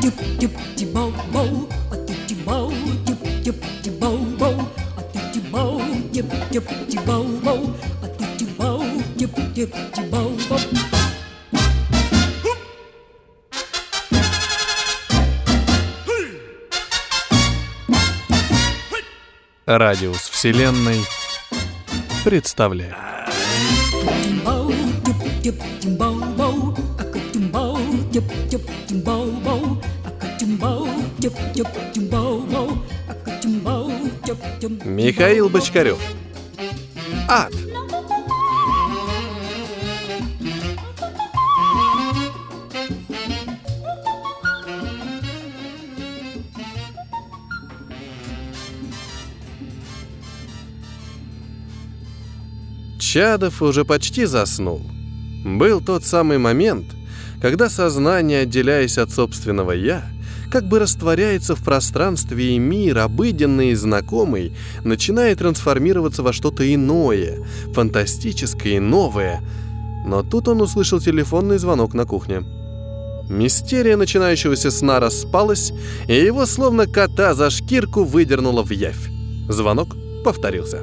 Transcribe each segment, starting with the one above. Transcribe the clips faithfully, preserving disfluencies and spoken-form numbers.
Радиус Вселенной представляет. Михаил Бочкарев. Ад. Чадов уже почти заснул. Был тот самый момент, когда сознание, отделяясь от собственного «я», как бы растворяется в пространстве, и мир, обыденный и знакомый, начинает трансформироваться во что-то иное, фантастическое и новое. Но тут он услышал телефонный звонок на кухне. Мистерия начинающегося сна распалась, и его словно кота за шкирку выдернуло в явь. Звонок повторился.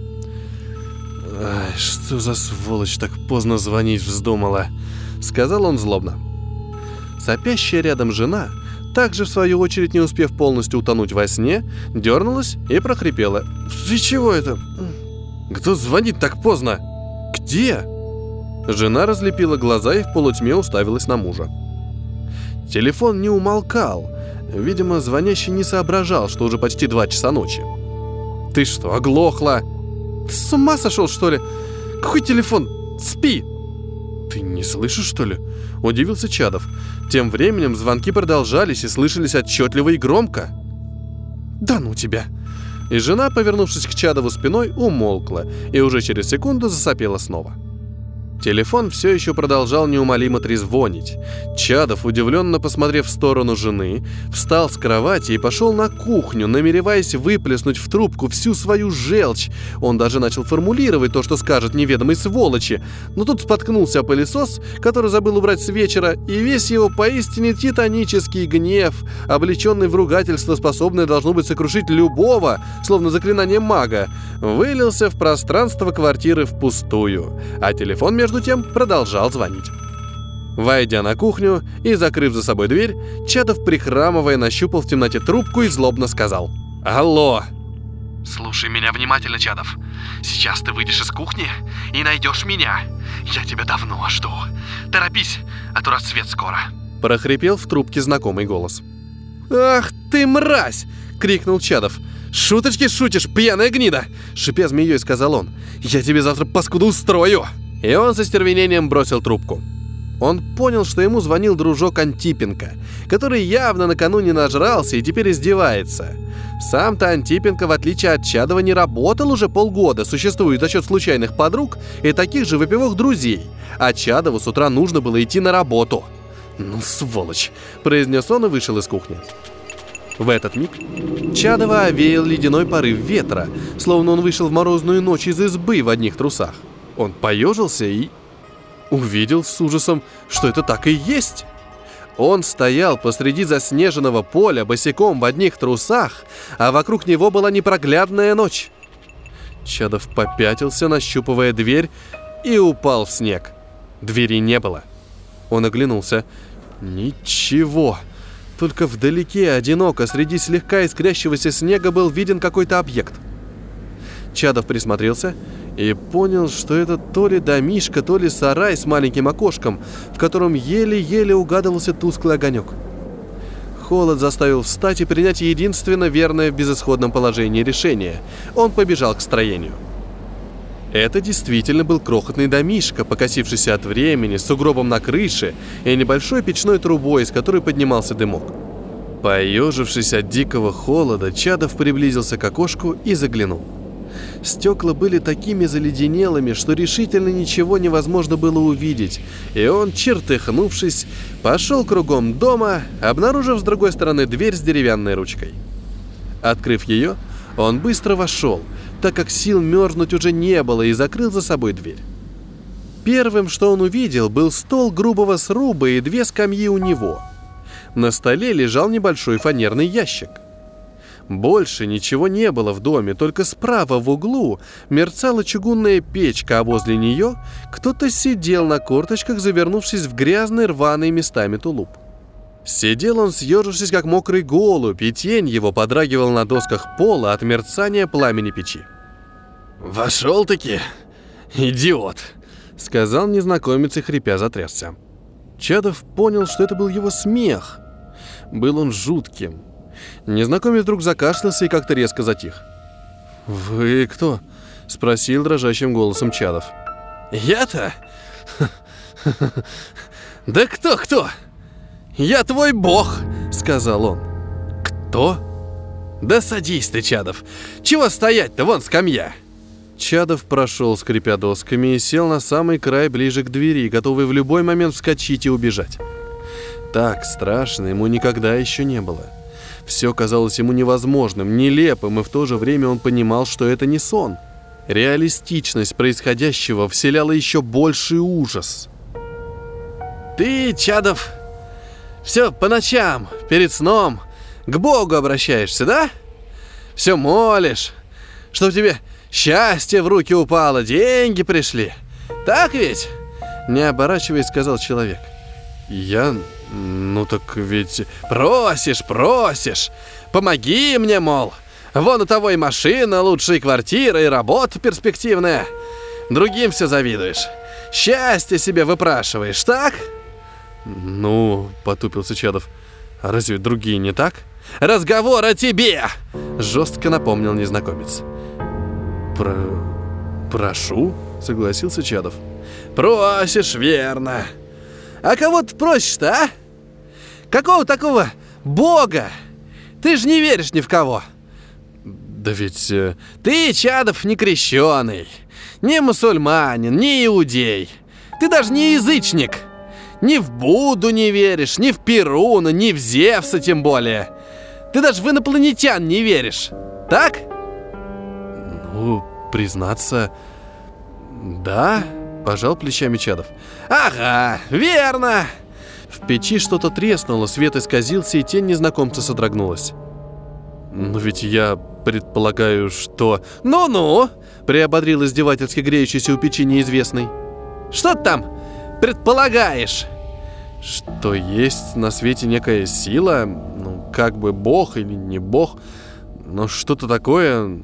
«Ай, что за сволочь так поздно звонить вздумала?» — сказал он злобно. Сопящая рядом жена, также в свою очередь не успев полностью утонуть во сне, дернулась и прохрипела. «Ты чего это? Кто звонит так поздно? Где?» Жена разлепила глаза и в полутьме уставилась на мужа. Телефон не умолкал. Видимо, звонящий не соображал, что уже почти два часа ночи. «Ты что, оглохла? Ты с ума сошел, что ли? Какой телефон? Спи!» «Ты не слышишь, что ли?» — удивился Чадов. Тем временем звонки продолжались и слышались отчетливо и громко. «Да ну тебя!» И жена, повернувшись к Чадову спиной, умолкла и уже через секунду засопела снова. Телефон все еще продолжал неумолимо трезвонить. Чадов, удивленно посмотрев в сторону жены, встал с кровати и пошел на кухню, намереваясь выплеснуть в трубку всю свою желчь. Он даже начал формулировать то, что скажет неведомой сволочи, но тут споткнулся о пылесос, который забыл убрать с вечера, и весь его поистине титанический гнев, облеченный в ругательство, способное должно быть сокрушить любого, словно заклинание мага, вылился в пространство квартиры впустую, а телефон между Между тем продолжал звонить. Войдя на кухню и закрыв за собой дверь, Чадов, прихрамывая, нащупал в темноте трубку и злобно сказал: «Алло!» «Слушай меня внимательно, Чадов. Сейчас ты выйдешь из кухни и найдешь меня. Я тебя давно жду. Торопись, а то рассвет скоро», — прохрипел в трубке знакомый голос. «Ах ты, мразь!» — крикнул Чадов. «Шуточки шутишь, пьяная гнида!» — шипя змеей сказал он. «Я тебе завтра паскуду устрою!» И он со стервенением бросил трубку. Он понял, что ему звонил дружок Антипенко, который явно накануне нажрался и теперь издевается. Сам-то Антипенко, в отличие от Чадова, не работал уже полгода, существует за счет случайных подруг и таких же выпивых друзей, а Чадову с утра нужно было идти на работу. «Ну, сволочь!» – произнес он и вышел из кухни. В этот миг Чадова овеял ледяной порыв ветра, словно он вышел в морозную ночь из избы в одних трусах. Он поежился и увидел с ужасом, что это так и есть. Он стоял посреди заснеженного поля босиком в одних трусах, а вокруг него была непроглядная ночь. Чадов попятился, нащупывая дверь, и упал в снег. Двери не было. Он оглянулся. Ничего. Только вдалеке, одиноко, среди слегка искрящегося снега был виден какой-то объект. Чадов присмотрелся и понял, что это то ли домишко, то ли сарай с маленьким окошком, в котором еле-еле угадывался тусклый огонек. Холод заставил встать и принять единственно верное в безысходном положении решение. Он побежал к строению. Это действительно был крохотный домишко, покосившийся от времени, с сугробом на крыше и небольшой печной трубой, из которой поднимался дымок. Поежившись от дикого холода, Чадов приблизился к окошку и заглянул. Стекла были такими заледенелыми, что решительно ничего невозможно было увидеть, и он, чертыхнувшись, пошел кругом дома, обнаружив с другой стороны дверь с деревянной ручкой. Открыв ее, он быстро вошел, так как сил мерзнуть уже не было, и закрыл за собой дверь. Первым, что он увидел, был стол грубого сруба и две скамьи у него. На столе лежал небольшой фанерный ящик. Больше ничего не было в доме, только справа в углу мерцала чугунная печка, а возле нее кто-то сидел на корточках, завернувшись в грязный, рваный местами тулуп. Сидел он, съежившись, как мокрый голубь, и тень его подрагивала на досках пола от мерцания пламени печи. «Вошел-таки, идиот!» — сказал незнакомец и хрипя затрясся. Чадов понял, что это был его смех. Был он жутким. Незнакомец вдруг закашлялся и как-то резко затих. «Вы кто?» — спросил дрожащим голосом Чадов. «Я-то? Да кто-кто? Я твой бог!» — сказал он. «Кто? Да садись ты, Чадов! Чего стоять-то? Вон скамья!» Чадов прошел, скрипя досками, и сел на самый край ближе к двери, готовый в любой момент вскочить и убежать. Так страшно ему никогда еще не было. Все казалось ему невозможным, нелепым, и в то же время он понимал, что это не сон. Реалистичность происходящего вселяла еще больший ужас. «Ты, Чадов, все по ночам, перед сном, к Богу обращаешься, да? Все молишь, чтоб тебе счастье в руки упало, деньги пришли. Так ведь?» Не оборачиваясь, сказал человек. «Я... ну так ведь... Просишь, просишь. Помоги мне, мол. Вон у того и машина, лучшая квартира, и работа перспективная. Другим все завидуешь. Счастье себе выпрашиваешь, так?» «Ну...» — потупился Чадов. «А разве другие не так?» «Разговор о тебе!» — жестко напомнил незнакомец. «Про... прошу?» — согласился Чадов. «Просишь, верно. А кого ты просишь-то, а? Какого такого бога? Ты же не веришь ни в кого». «Да ведь... Э... ты, Чадов, не крещеный, не мусульманин, не иудей. Ты даже не язычник. Ни в Будду не веришь, ни в Перуна, ни в Зевса тем более. Ты даже в инопланетян не веришь. Так?» «Ну, признаться, да», — пожал плечами Чадов. «Ага, верно!» В печи что-то треснуло, свет исказился, и тень незнакомца содрогнулась. «Но ведь я предполагаю, что...» «Ну-ну!» — приободрил издевательски греющийся у печи неизвестный. «Что ты там предполагаешь?» «Что есть на свете некая сила, ну, как бы бог или не бог, но что-то такое...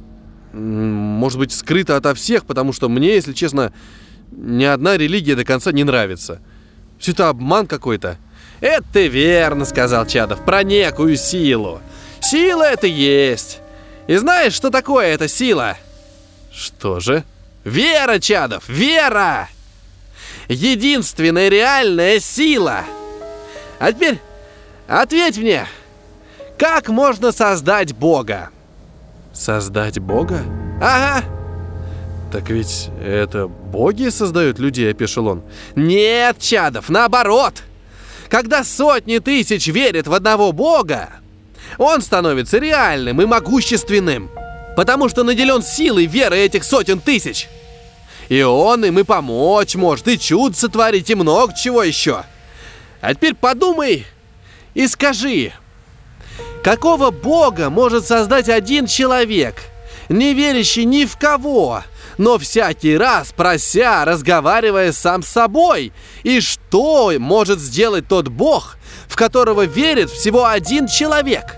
может быть, скрыто ото всех, потому что мне, если честно, ни одна религия до конца не нравится. Все это обман какой-то». «Это ты верно сказал, Чадов, про некую силу. Сила это есть. И знаешь, что такое эта сила?» «Что же?» «Вера, Чадов, вера! Единственная реальная сила. А теперь ответь мне, как можно создать Бога?» «Создать Бога?» «Ага». «Так ведь это боги создают людей», — опешил он. «Нет, Чадов, наоборот. Когда сотни тысяч верят в одного бога, он становится реальным и могущественным, потому что наделен силой веры этих сотен тысяч. И он им и помочь может, и чудо сотворить, и много чего еще. А теперь подумай и скажи, какого бога может создать один человек, не верящий ни в кого, но всякий раз прося, разговаривая сам с собой? И что может сделать тот бог, в которого верит всего один человек?»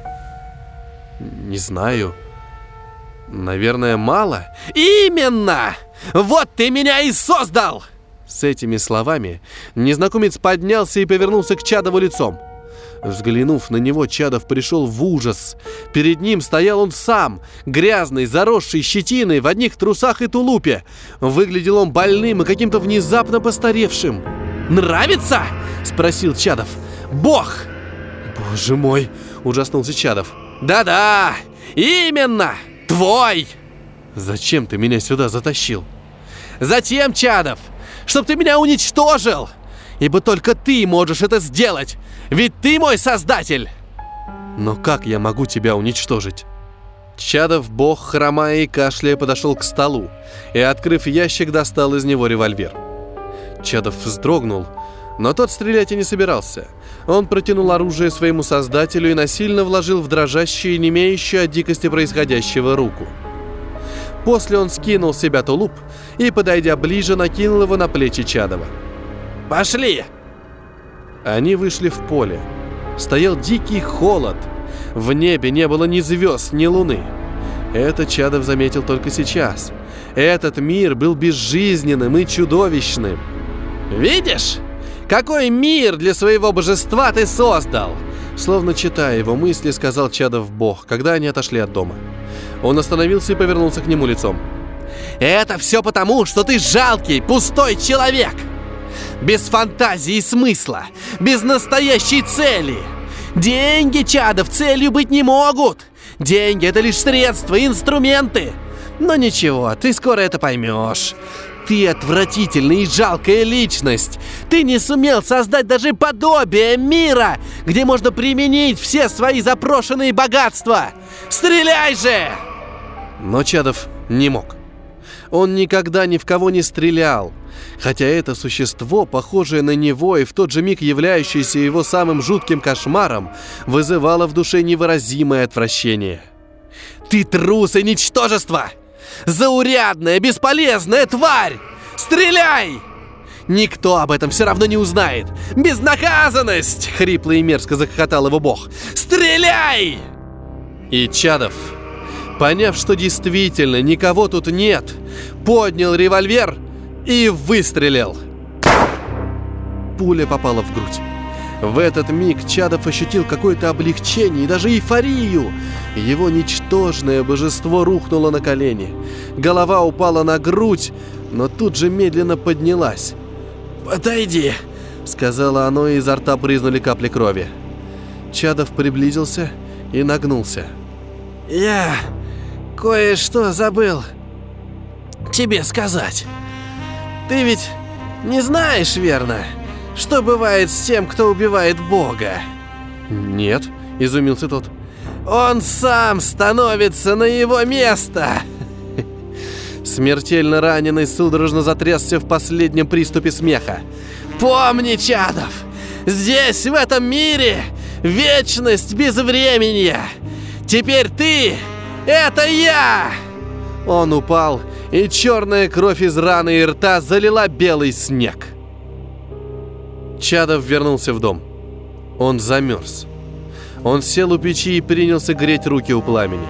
«Не знаю. Наверное, мало». «Именно! Вот ты меня и создал!» С этими словами незнакомец поднялся и повернулся к Чадову лицом. Взглянув на него, Чадов пришел в ужас. Перед ним стоял он сам, грязный, заросший щетиной, в одних трусах и тулупе. Выглядел он больным и каким-то внезапно постаревшим. «Нравится?» — спросил Чадов. «Бог!» «Боже мой!» — ужаснулся Чадов. «Да-да, именно! Твой!» «Зачем ты меня сюда затащил?» «Затем, Чадов, чтоб ты меня уничтожил! Ибо только ты можешь это сделать! Ведь ты мой создатель!» «Но как я могу тебя уничтожить?» Чадов, бог, хромая и кашляя, подошел к столу и, открыв ящик, достал из него револьвер. Чадов вздрогнул, Но тот стрелять и не собирался. Он протянул оружие своему создателю и насильно вложил в дрожащую и немеющую от дикости происходящего руку. После он скинул с себя тулуп и, подойдя ближе, накинул его на плечи Чадова. «Пошли!» Они вышли в поле. Стоял дикий холод. В небе не было ни звезд, ни луны. Это Чадов заметил только сейчас. Этот мир был безжизненным и чудовищным. «Видишь, какой мир для своего божества ты создал?» Словно читая его мысли, сказал Чадов Бог, когда они отошли от дома. Он остановился и повернулся к нему лицом. «Это все потому, что ты жалкий, пустой человек! Без фантазии и смысла, без настоящей цели! Деньги, Чадов, целью быть не могут! Деньги — это лишь средства, инструменты! Но ничего, ты скоро это поймешь. Ты отвратительная и жалкая личность. Ты не сумел создать даже подобие мира, где можно применить все свои запрошенные богатства. Стреляй же!» Но Чадов не мог. Он никогда ни в кого не стрелял, хотя это существо, похожее на него и в тот же миг являющееся его самым жутким кошмаром, вызывало в душе невыразимое отвращение. «Ты трус и ничтожество! Заурядная, бесполезная тварь! Стреляй! Никто об этом все равно не узнает! Безнаказанность!» — хрипло и мерзко захохотал его бог. «Стреляй!» И Чадов, поняв, что действительно никого тут нет, поднял револьвер и выстрелил. Пуля попала в грудь. В этот миг Чадов ощутил какое-то облегчение и даже эйфорию. Его ничтожное божество рухнуло на колени. Голова упала на грудь, но тут же медленно поднялась. «Подойди», — сказала оно, и изо рта брызнули капли крови. Чадов приблизился и нагнулся. «Я кое-что забыл тебе сказать. Ты ведь не знаешь, верно, что бывает с тем, кто убивает Бога?» «Нет», — изумился тот. «Он сам становится на его место!» Смертельно раненый судорожно затрясся в последнем приступе смеха. «Помни, Чадов, здесь, в этом мире, вечность безвременья! Теперь ты — это я!» Он упал, и черная кровь из раны и рта залила белый снег. Чадов вернулся в дом. Он замерз. Он сел у печи и принялся греть руки у пламени.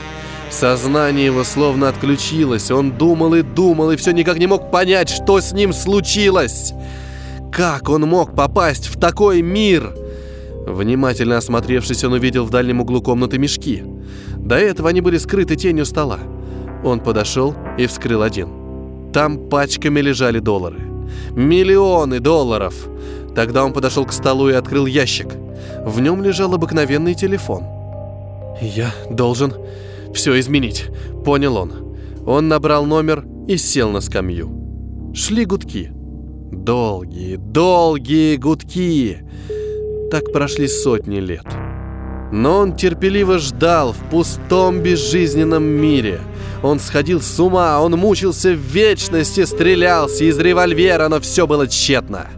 Сознание его словно отключилось. Он думал и думал, и все никак не мог понять, что с ним случилось. Как он мог попасть в такой мир? Внимательно осмотревшись, он увидел в дальнем углу комнаты мешки. До этого они были скрыты тенью стола. Он подошел и вскрыл один. Там пачками лежали доллары. Миллионы долларов. Тогда он подошел к столу и открыл ящик. В нем лежал обыкновенный телефон. «Я должен все изменить», — понял он. Он набрал номер и сел на скамью. Шли гудки. Долгие, долгие гудки. Так прошли сотни лет. Но он терпеливо ждал в пустом безжизненном мире. Он сходил с ума, он мучился в вечности, стрелялся из револьвера, но все было тщетно.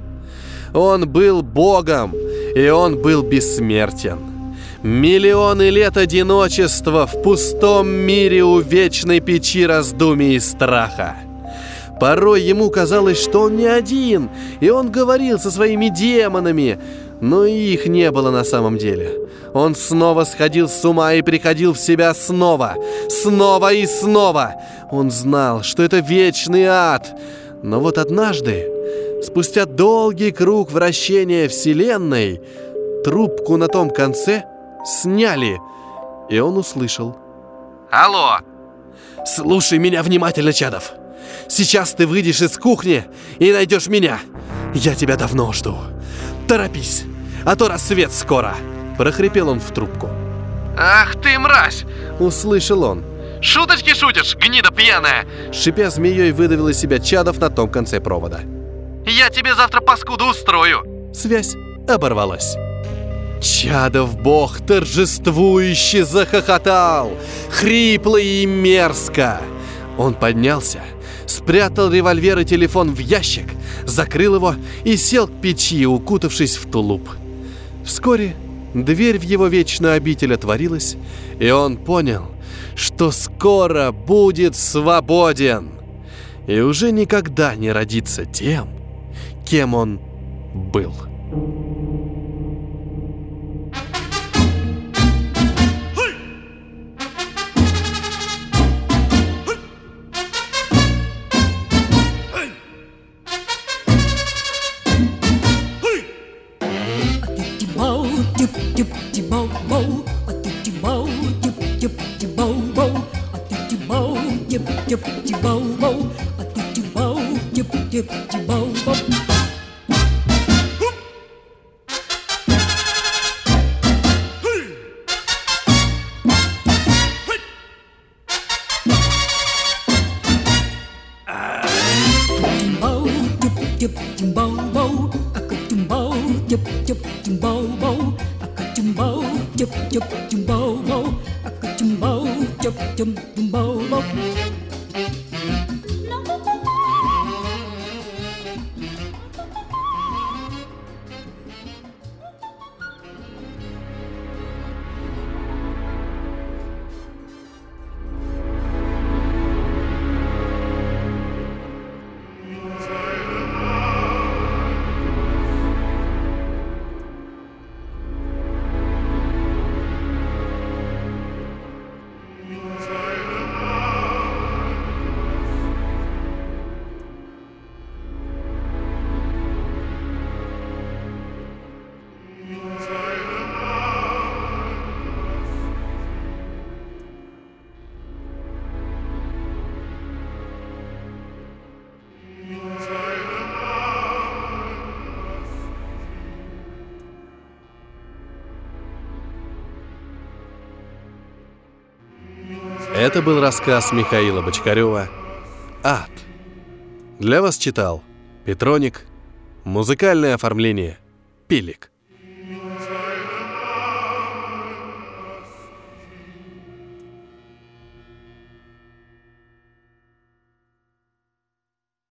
Он был Богом, и он был бессмертен. Миллионы лет одиночества в пустом мире у вечной печи раздумий и страха. Порой ему казалось, что он не один, и он говорил со своими демонами, но и их не было на самом деле. Он снова сходил с ума и приходил в себя снова, снова и снова. Он знал, что это вечный ад. Но вот однажды, спустя долгий круг вращения Вселенной, трубку на том конце сняли, и он услышал. «Алло!» «Слушай меня внимательно, Чадов. Сейчас ты выйдешь из кухни и найдешь меня. Я тебя давно жду. Торопись, а то рассвет скоро!» Прохрипел он в трубку. «Ах ты, мразь!» Услышал он. «Шуточки шутишь, гнида пьяная!» Шипя змеей, выдавил из себя Чадов на том конце провода. «Я тебе завтра паскуду устрою!» Связь оборвалась. Чадов Бог торжествующе захохотал, хрипло и мерзко. Он поднялся, спрятал револьвер и телефон в ящик, закрыл его и сел к печи, укутавшись в тулуп. Вскоре дверь в его вечную обитель отворилась, и он понял, что скоро будет свободен и уже никогда не родится тем, кем он был. Это был рассказ Михаила Бочкарева «Ад». Для вас читал Петроник. Музыкальное оформление Пилик.